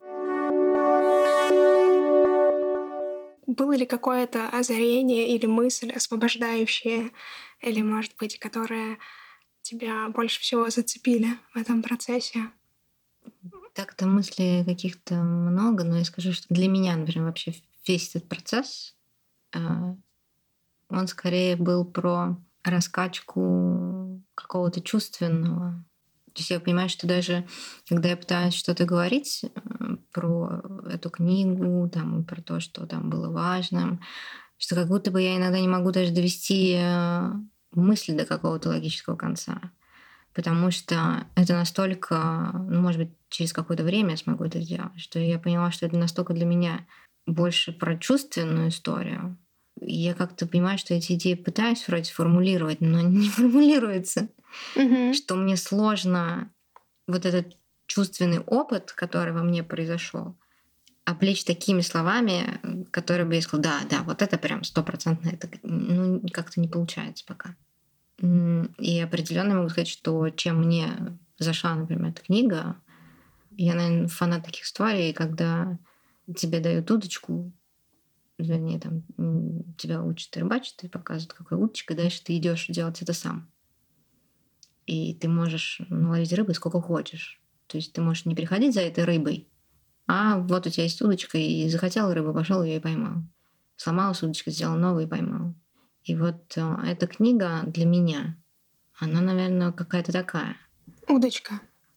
Было ли какое-то озарение или мысль освобождающая, или, может быть, которая тебя больше всего зацепили в этом процессе? Так-то мыслей каких-то много, но я скажу, что для меня, например, вообще весь этот процесс, а, он скорее был про раскачку какого-то чувственного. То есть я понимаю, что даже когда я пытаюсь что-то говорить э, про эту книгу, там, про то, что там было важным, что как будто бы я иногда не могу даже довести э, мысль до какого-то логического конца. Потому что это настолько, ну, может быть, через какое-то время я смогу это сделать, что я поняла, что это настолько для меня больше про чувственную историю. И я как-то понимаю, что эти идеи пытаюсь вроде сформулировать, но они не формулируются. Мгм. Что мне сложно вот этот чувственный опыт, который во мне произошел, облечь такими словами, м, которые бы я сказала, да, да, вот это прям стопроцентно, это ну, как-то не получается пока. М, И определенно могу сказать, что чем мне зашла, например, эта книга, я, наверное, фанат таких историй, когда тебе дают удочку, вернее, там м, тебя учат рыбачить, ты показывают, какая удочка, и дальше ты идешь делать это сам. И ты можешь наловить рыбы сколько хочешь. То есть ты можешь не приходить за этой рыбой, а вот у тебя есть удочка, и захотел рыбу, пошел ее и поймал. Сломалась удочка, сделал новую и поймал. И вот э, эта книга для меня, она, наверное, какая-то такая. Удочка.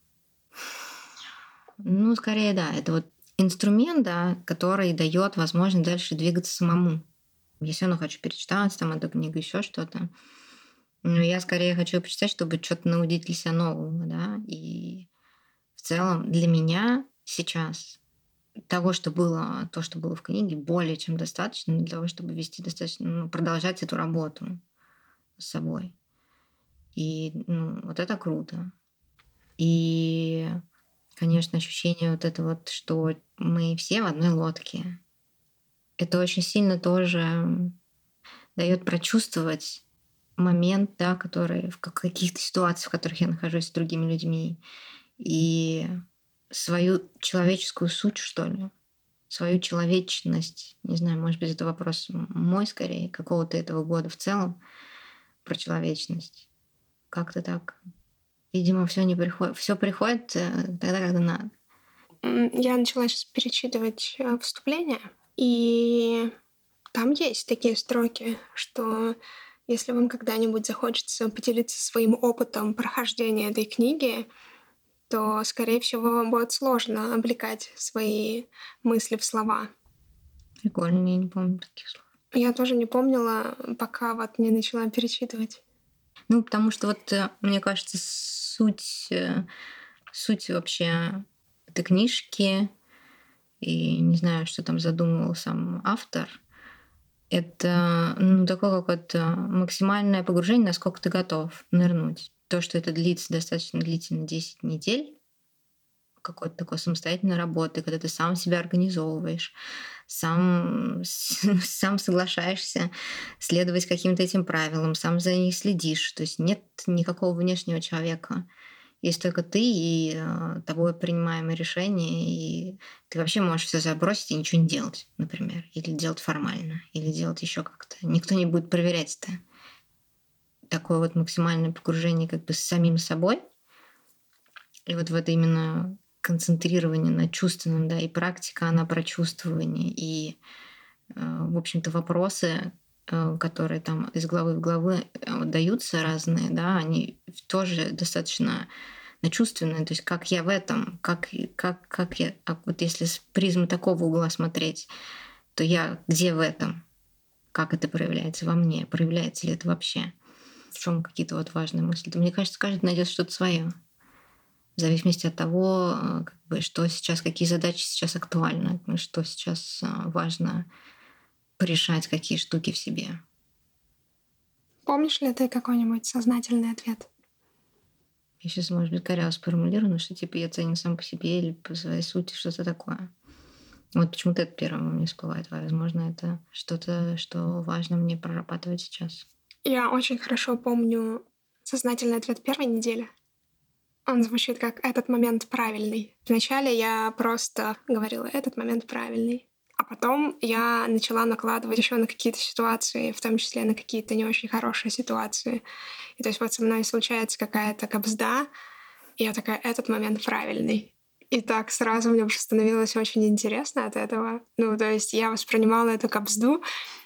Ну, скорее, да, это вот инструмент, да, который дает возможность дальше двигаться самому. Я все равно хочу перечитать там эту книгу, еще что-то. Но я скорее хочу почитать, чтобы что-то наудить для себя нового, да. И в целом для меня сейчас того, что было, то, что было в книге, более чем достаточно для того, чтобы вести достаточно, ну, продолжать эту работу с собой. И ну, вот это круто. И, конечно, ощущение вот это вот, что мы все в одной лодке. Это очень сильно тоже дает прочувствовать момент, да, который в ка- каких-то ситуациях, в которых я нахожусь с другими людьми. И свою человеческую суть, что ли, свою человечность. Не знаю, может быть, это вопрос мой скорее, какого-то этого года в целом, про человечность. Как-то так. Видимо, все не приходит. Все приходит э, тогда, когда надо. М, Я начала сейчас перечитывать э, вступление, и там есть такие строки, что если вам когда-нибудь захочется поделиться своим опытом прохождения этой книги, то, скорее всего, вам будет сложно облекать свои мысли в слова. Прикольно, я не помню таких слов. Я тоже не помнила, пока вот не начала перечитывать. Ну, потому что вот, э, мне кажется, суть, э, суть вообще этой книжки, и не знаю, что там задумывал сам автор, это ну, такое какое-то максимальное погружение, насколько ты готов нырнуть. То, что это длится достаточно длительно десять недель, какой-то такой самостоятельной работы, когда ты сам себя организовываешь, сам, сам соглашаешься следовать каким-то этим правилам, сам за них следишь. То есть нет никакого внешнего человека. Есть только ты и э, тобой принимаемые решения, и ты вообще можешь все забросить и ничего не делать, например, или делать формально, или делать еще как-то. Никто не будет проверять это. Такое вот максимальное погружение как бы с самим собой. И вот в это именно концентрирование на чувственном, да, и практика, она про чувствование. И, э, в общем-то, вопросы, э, которые там из главы в главы э, вот даются разные, да, они тоже достаточно чувственные. То есть как я в этом, как, как, как я... А вот если с призмы такого угла смотреть, то я где в этом? Как это проявляется во мне? Проявляется ли это вообще? В чем какие-то вот важные мысли? То, мне кажется, каждый найдет что-то свое. В зависимости от того, э, как бы, что сейчас, какие задачи сейчас актуальны, что сейчас э, важно порешать, какие штуки в себе. Помнишь ли ты какой-нибудь сознательный ответ? Я сейчас, может быть, коряво сформулирую, но что типа я ценен сам по себе или по своей сути, что-то такое. Вот почему-то это первым у меня всплывает. Возможно, это что-то, что важно мне прорабатывать сейчас. Я очень хорошо помню сознательный ответ первой недели. Он звучит как «этот момент правильный». Вначале я просто говорила «этот момент правильный». А потом я начала накладывать еще на какие-то ситуации, в том числе на какие-то не очень хорошие ситуации. И то есть вот со мной случается какая-то кабзда, и я такая «этот момент правильный». И так сразу мне уже становилось очень интересно от этого. Ну, то есть я воспринимала эту кабзду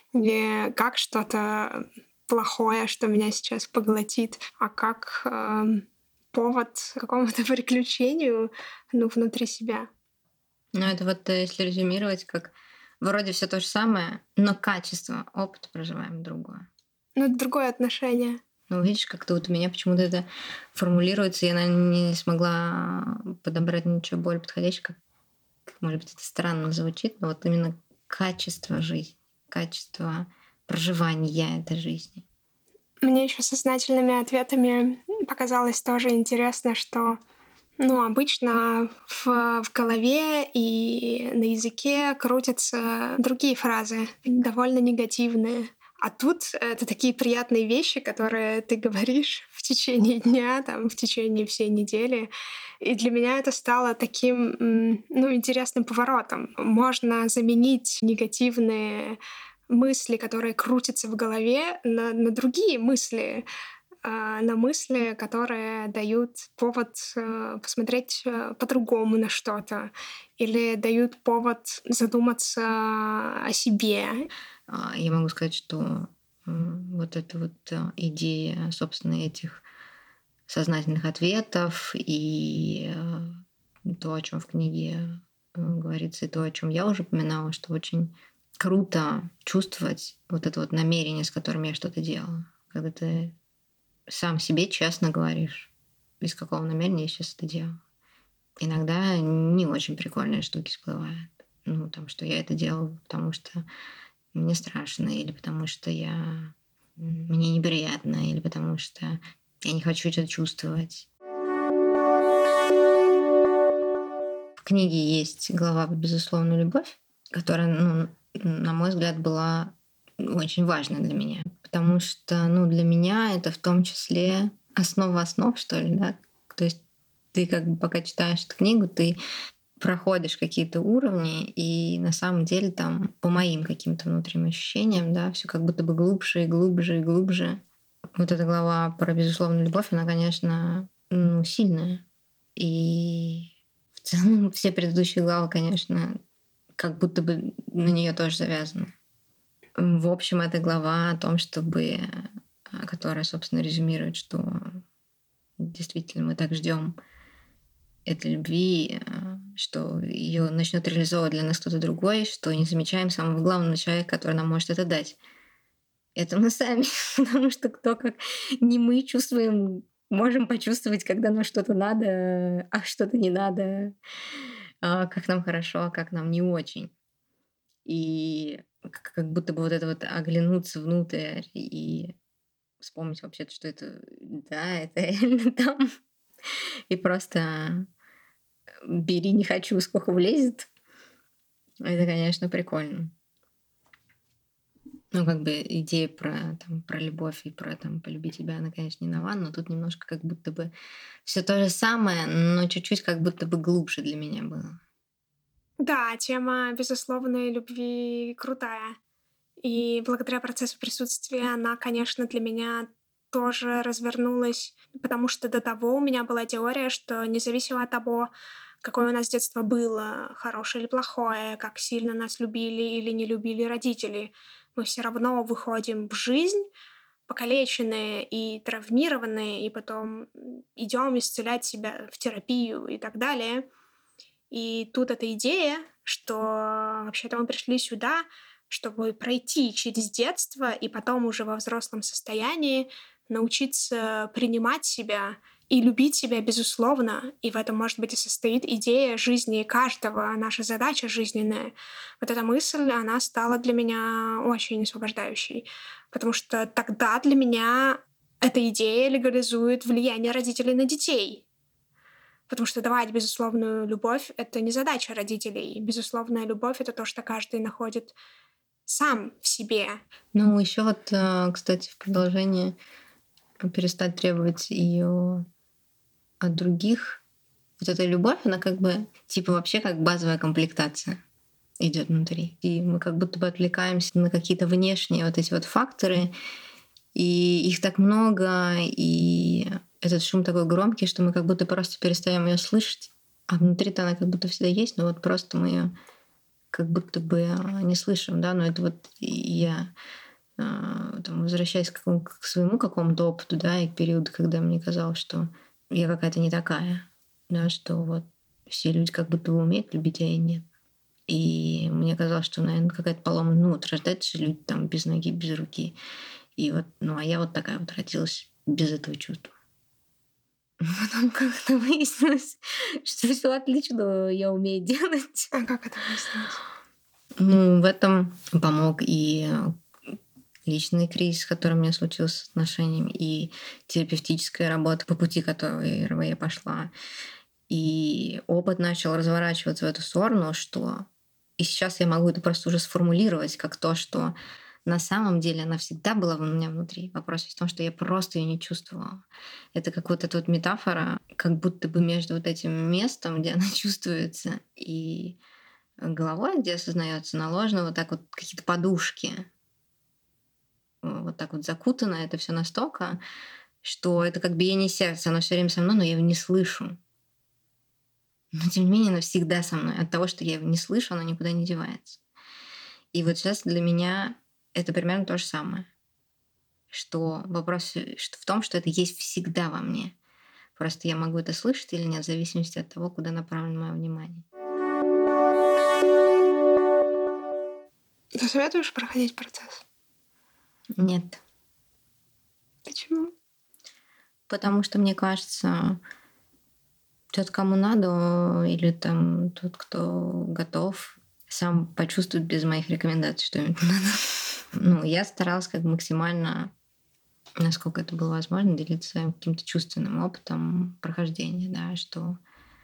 не как что-то плохое, что меня сейчас поглотит, а как э, повод к какому-то приключению, ну, внутри себя. Ну, это вот э, если резюмировать, как вроде все то же самое, но качество опыта проживаем другое. Ну, это другое отношение. Ну, видишь, как-то вот у меня почему-то это формулируется, и я, наверное, не смогла подобрать ничего более подходящего, как, как, может быть, это странно звучит, но вот именно качество жизни, качество проживания этой жизни. Мне еще сознательными ответами показалось тоже интересно, что ну, обычно в, в голове и на языке крутятся другие фразы, довольно негативные. А тут это такие приятные вещи, которые ты говоришь в течение дня, там, в течение всей недели. И для меня это стало таким, м, ну, интересным поворотом. Можно заменить негативные мысли, которые крутятся в голове, на, на другие мысли, а, на мысли, которые дают повод э, посмотреть э, по-другому на что-то или дают повод задуматься о себе. А, Я могу сказать, что м, вот эта вот э, идея, собственно, этих сознательных ответов и э, то, о чем в книге э, говорится, и то, о чем я уже упоминала, что очень круто чувствовать вот это вот намерение, с которым я что-то делаю. Когда ты сам себе честно говоришь, без какого намерения я сейчас это делаю. Иногда не очень прикольные штуки всплывают. Ну, там, что я это делаю, потому что мне страшно, или потому что я м, мне неприятно, или потому что я не хочу это чувствовать. В книге есть глава про безусловную любовь, которая, ну, на мой взгляд, была очень важной для меня. Потому что, ну, для меня это в том числе основа основ, что ли, да. То есть ты как бы пока читаешь эту книгу, ты проходишь какие-то уровни, и на самом деле там по моим каким-то внутренним ощущениям, да, все как будто бы глубже и глубже и глубже. Вот эта глава про безусловную любовь, она, конечно, ну, сильная. И в целом все предыдущие главы, конечно, как будто бы на нее тоже завязаны. В общем, эта глава о том, чтобы, которая, собственно, резюмирует, что действительно мы так ждем этой любви, что ее начнет реализовывать для нас кто-то другой, что не замечаем самого главного человека, который нам может это дать. Это мы сами, потому что кто как не мы чувствуем, можем почувствовать, когда нам что-то надо, а что-то не надо, а как нам хорошо, а как нам не очень. И как будто бы вот это вот оглянуться внутрь и вспомнить вообще-то, что это, да, это реально там. И просто бери, не хочу, сколько влезет. Это, конечно, прикольно. Ну, как бы идея про, там, про любовь и про там, полюби тебя, она, конечно, не нова, но тут немножко как будто бы все то же самое, но чуть-чуть как будто бы глубже для меня было. Да, тема безусловной любви крутая. И благодаря процессу присутствия она, конечно, для меня тоже развернулась, потому что до того у меня была теория, что независимо от того, какое у нас детство было, хорошее или плохое, как сильно нас любили или не любили родители, мы все равно выходим в жизнь покалеченные и травмированные, и потом идем исцелять себя в терапию и так далее. И тут эта идея, что вообще-то мы пришли сюда, чтобы пройти через детство и потом уже во взрослом состоянии научиться принимать себя и любить себя, безусловно. И в этом, может быть, и состоит идея жизни каждого, наша задача жизненная. Вот эта мысль, она стала для меня очень освобождающей. Потому что тогда для меня эта идея легализует влияние родителей на детей. Потому что давать безусловную любовь — это не задача родителей. Безусловная любовь — это то, что каждый находит сам в себе. Ну, еще вот, кстати, в продолжение перестать требовать ее от других. Вот эта любовь, она как бы, типа, вообще как базовая комплектация идет внутри. И мы как будто бы отвлекаемся на какие-то внешние вот эти вот факторы, и их так много, и этот шум такой громкий, что мы как будто просто перестаем ее слышать. А внутри-то она как будто всегда есть, но вот просто мы ее как будто бы не слышим, да, но это вот я там, возвращаясь к, к своему какому-то опыту, да, и к периоду, когда мне казалось, что я какая-то не такая, да, что вот все люди как будто бы умеют любить, а я нет. И мне казалось, что, наверное, какая-то поломана, ну вот рождаются люди там без ноги, без руки. И вот, ну а я вот такая вот родилась без этого чувства. Потом как-то выяснилось, что все отлично я умею делать. А как это выяснилось? Ну, в этом помог и личный кризис, который у меня случился с отношениями, и терапевтическая работа, по пути которой я пошла. И опыт начал разворачиваться в эту сторону, что... И сейчас я могу это просто уже сформулировать как то, что на самом деле она всегда была у меня внутри. Вопрос в том, что я просто ее не чувствовала. Это как вот эта вот метафора, как будто бы между вот этим местом, где она чувствуется, и головой, где осознается, наложено вот так вот какие-то подушки. Вот так вот закутано это все настолько, что это как биение сердца, оно все время со мной, но я его не слышу. Но тем не менее, оно всегда со мной. От того, что я его не слышу, оно никуда не девается. И вот сейчас для меня это примерно то же самое. Что вопрос в том, что это есть всегда во мне. Просто я могу это слышать или нет, в зависимости от того, куда направлено мое внимание. Ты советуешь проходить процесс? Нет. Почему? Потому что, мне кажется, тот, кому надо, или там тот, кто готов, сам почувствует без моих рекомендаций, что ему надо. Ну, я старалась как бы максимально, насколько это было возможно, делиться своим каким-то чувственным опытом прохождения, да, что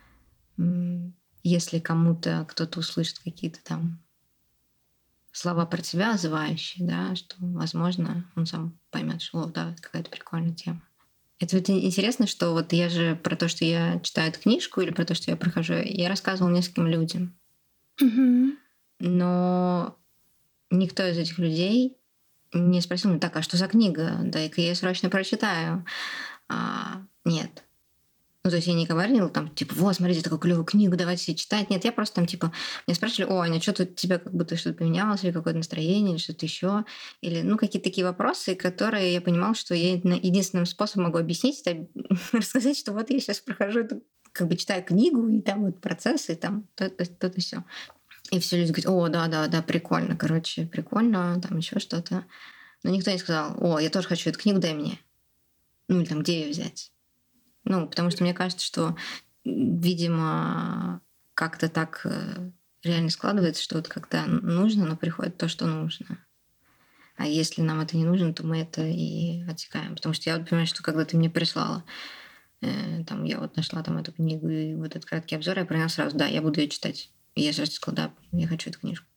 если кому-то кто-то услышит какие-то там слова про тебя отзывающие, да, что, возможно, он сам поймет, что, о, да, это какая-то прикольная тема. Это вот интересно, что вот я же про то, что я читаю эту книжку или про то, что я прохожу, я рассказывала нескольким людям. Мгм. Но никто из этих людей не спросил, ну так, а что за книга? Дай-ка я её срочно прочитаю. А, нет. Ну, то есть я не говорила там, типа, вот, смотрите, такую клевую книгу, давайте читать. Нет, я просто там, типа, меня спрашивали, о, Аня, что-то у тебя как будто что-то поменялось, или какое-то настроение, или что-то еще. Или, ну, какие-то такие вопросы, которые я понимала, что я едино- единственным способом могу объяснить, это рассказать, что вот я сейчас прохожу эту, как бы читаю книгу, и там вот процессы, и там то-то, то-то, все. И все люди говорят, о, да, да, да, прикольно, короче, прикольно, там еще что-то. Но никто не сказал, о, я тоже хочу эту книгу, дай мне. Ну, или там, где ее взять? Ну, потому что мне кажется, что, м, видимо, как-то так э, реально складывается, что вот когда нужно, но приходит то, что нужно. А если нам это не нужно, то мы это и отсекаем. Потому что я вот понимаю, что когда ты мне прислала, э, там, я вот нашла там эту книгу и вот этот краткий обзор, я поняла сразу, да, я буду ее читать. И я сразу сказала, да, я хочу эту книжку.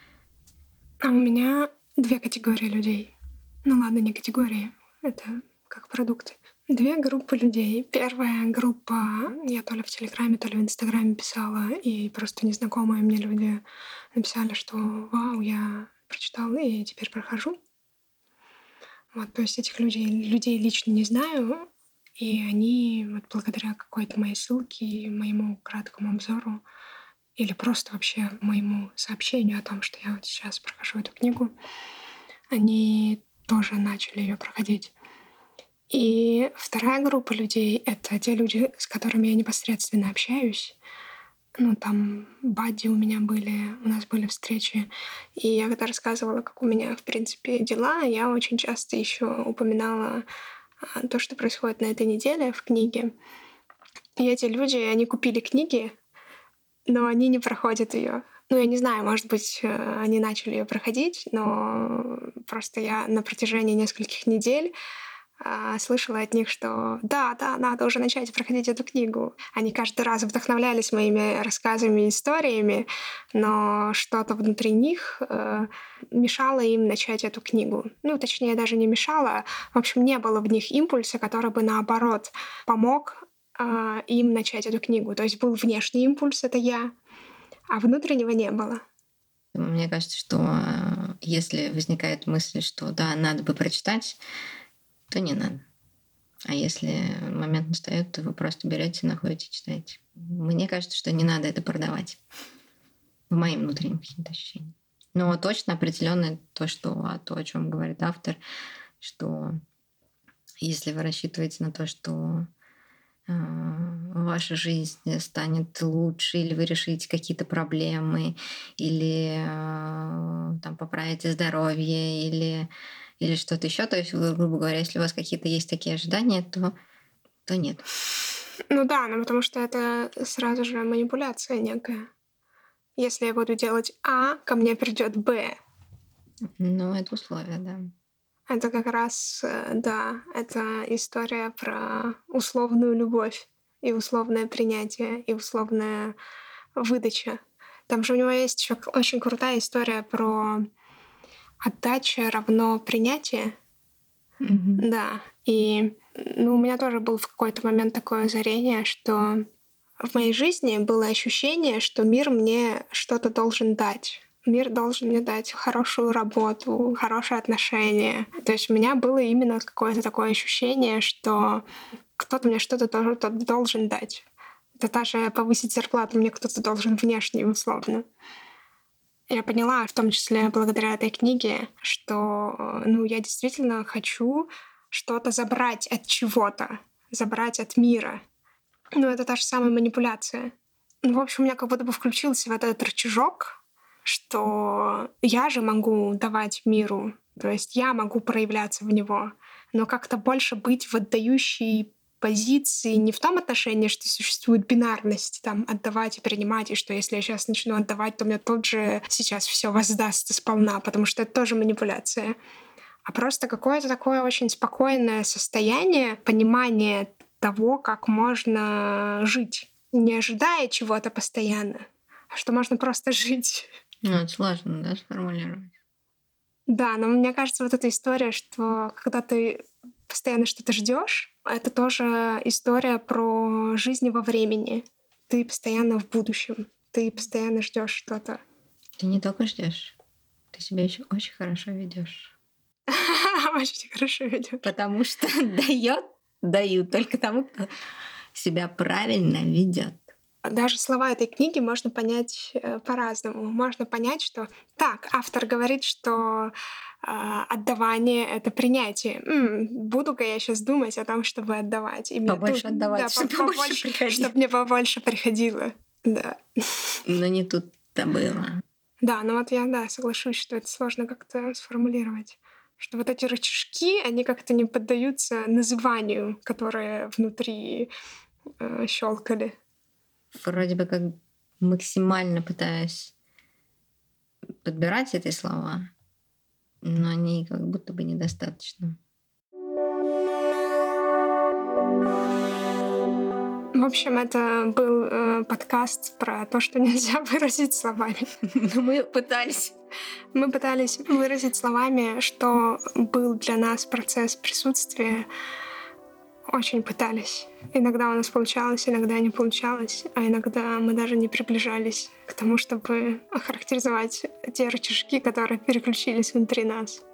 А у меня две категории людей. Ну ладно, не категории. Это как продукты. Две группы людей. Первая группа, я то ли в Телеграме, то ли в Инстаграме писала, и просто незнакомые мне люди написали, что вау, я прочитала и теперь прохожу. Вот, то есть этих людей, людей лично не знаю, и они вот благодаря какой-то моей ссылке и моему краткому обзору или просто вообще моему сообщению о том, что я вот сейчас прохожу эту книгу, они тоже начали ее проходить. И вторая группа людей — это те люди, с которыми я непосредственно общаюсь. Ну, там бадди у меня были, у нас были встречи. И я когда рассказывала, как у меня, в принципе, дела, я очень часто еще упоминала а, то, что происходит на этой неделе в книге. И эти люди, они купили книги, но они не проходят ее. Ну, я не знаю, может быть, э, они начали ее проходить, но просто я на протяжении нескольких недель а, слышала от них, что да, да, надо уже начать проходить эту книгу. Они каждый раз вдохновлялись моими рассказами и историями, но что-то внутри них э, мешало им начать эту книгу. Ну, точнее, даже не мешало. В общем, не было в них импульса, который бы, наоборот, помог а, им начать эту книгу. То есть был внешний импульс — это я, а внутреннего не было. Мне кажется, что э, если возникает мысль, что да, надо бы прочитать, то не надо. А если момент настает, то вы просто берете, находите, читаете. Мне кажется, что не надо это продавать. В моим внутренним каким-то ощущениям. Но точно определенно то, что, а то, о чем говорит автор, что если вы рассчитываете на то, что э, ваша жизнь станет лучше, или вы решите какие-то проблемы, или э, там поправите здоровье, или, или что-то еще, то есть, вы, грубо говоря, если у вас какие-то есть такие ожидания, то, то нет. Ну да, ну потому что это сразу же манипуляция некая. Если я буду делать А, ко мне придет Б. Ну, это условие, да. Это как раз, э, да, это история про условную любовь и условное принятие, и условная выдача. Там же у него есть еще очень крутая история про отдача равно принятие. Мгм. Да, и ну, у меня тоже был в какой-то момент такое озарение, что в моей жизни было ощущение, что мир мне что-то должен дать. Мир должен мне дать хорошую работу, хорошие отношения. То есть у меня было именно какое-то такое ощущение, что кто-то мне что-то тоже то- должен дать. Это даже повысить зарплату мне кто-то должен внешне, условно. Я поняла, в том числе благодаря этой книге, что э, ну, я действительно хочу что-то забрать от чего-то, забрать от мира. Ну, это та же самая манипуляция. Ну, в общем, у меня как будто бы включился в этот рычажок, что я же могу давать миру, то есть я могу проявляться в него, но как-то больше быть в отдающей позиции не в том отношении, что существует бинарность, там, отдавать и принимать, и что если я сейчас начну отдавать, то мне тут же сейчас все воздастся сполна, потому что это тоже манипуляция, а просто какое-то такое очень спокойное состояние, понимание того, как можно жить, не ожидая чего-то постоянно, а что можно просто жить. Ну, это сложно, да, сформулировать. Да, но мне кажется, вот эта история, что когда ты постоянно что-то ждешь. Это тоже история про жизнь во времени. Ты постоянно в будущем. Ты постоянно ждешь что-то. Ты не только ждешь, ты себя еще очень хорошо ведешь. Очень хорошо ведешь. Потому что дает, дают только тому, кто себя правильно ведет. Даже слова этой книги можно понять э, по-разному. Можно понять, что так, автор говорит, что э, отдавание — это принятие. М, буду-ка я сейчас думать о том, чтобы отдавать. И мне Побольше тут- отдавать, да, чтобы по- побольше побольше, приходило. чтобы мне побольше приходило. Да. Но не тут-то было. Да, ну вот я, да, соглашусь, что это сложно как-то сформулировать. Что вот эти рычажки, они как-то не поддаются называнию, которое внутри э, щелкали. Вроде бы как максимально пытаюсь подбирать эти слова, но они как будто бы недостаточно. В общем, это был э, подкаст про то, что нельзя выразить словами. Но мы пытались. Мы пытались выразить словами, что был для нас процесс присутствия. Очень пытались. Иногда у нас получалось, иногда не получалось, а иногда мы даже не приближались к тому, чтобы охарактеризовать те рычажки, которые переключились внутри нас.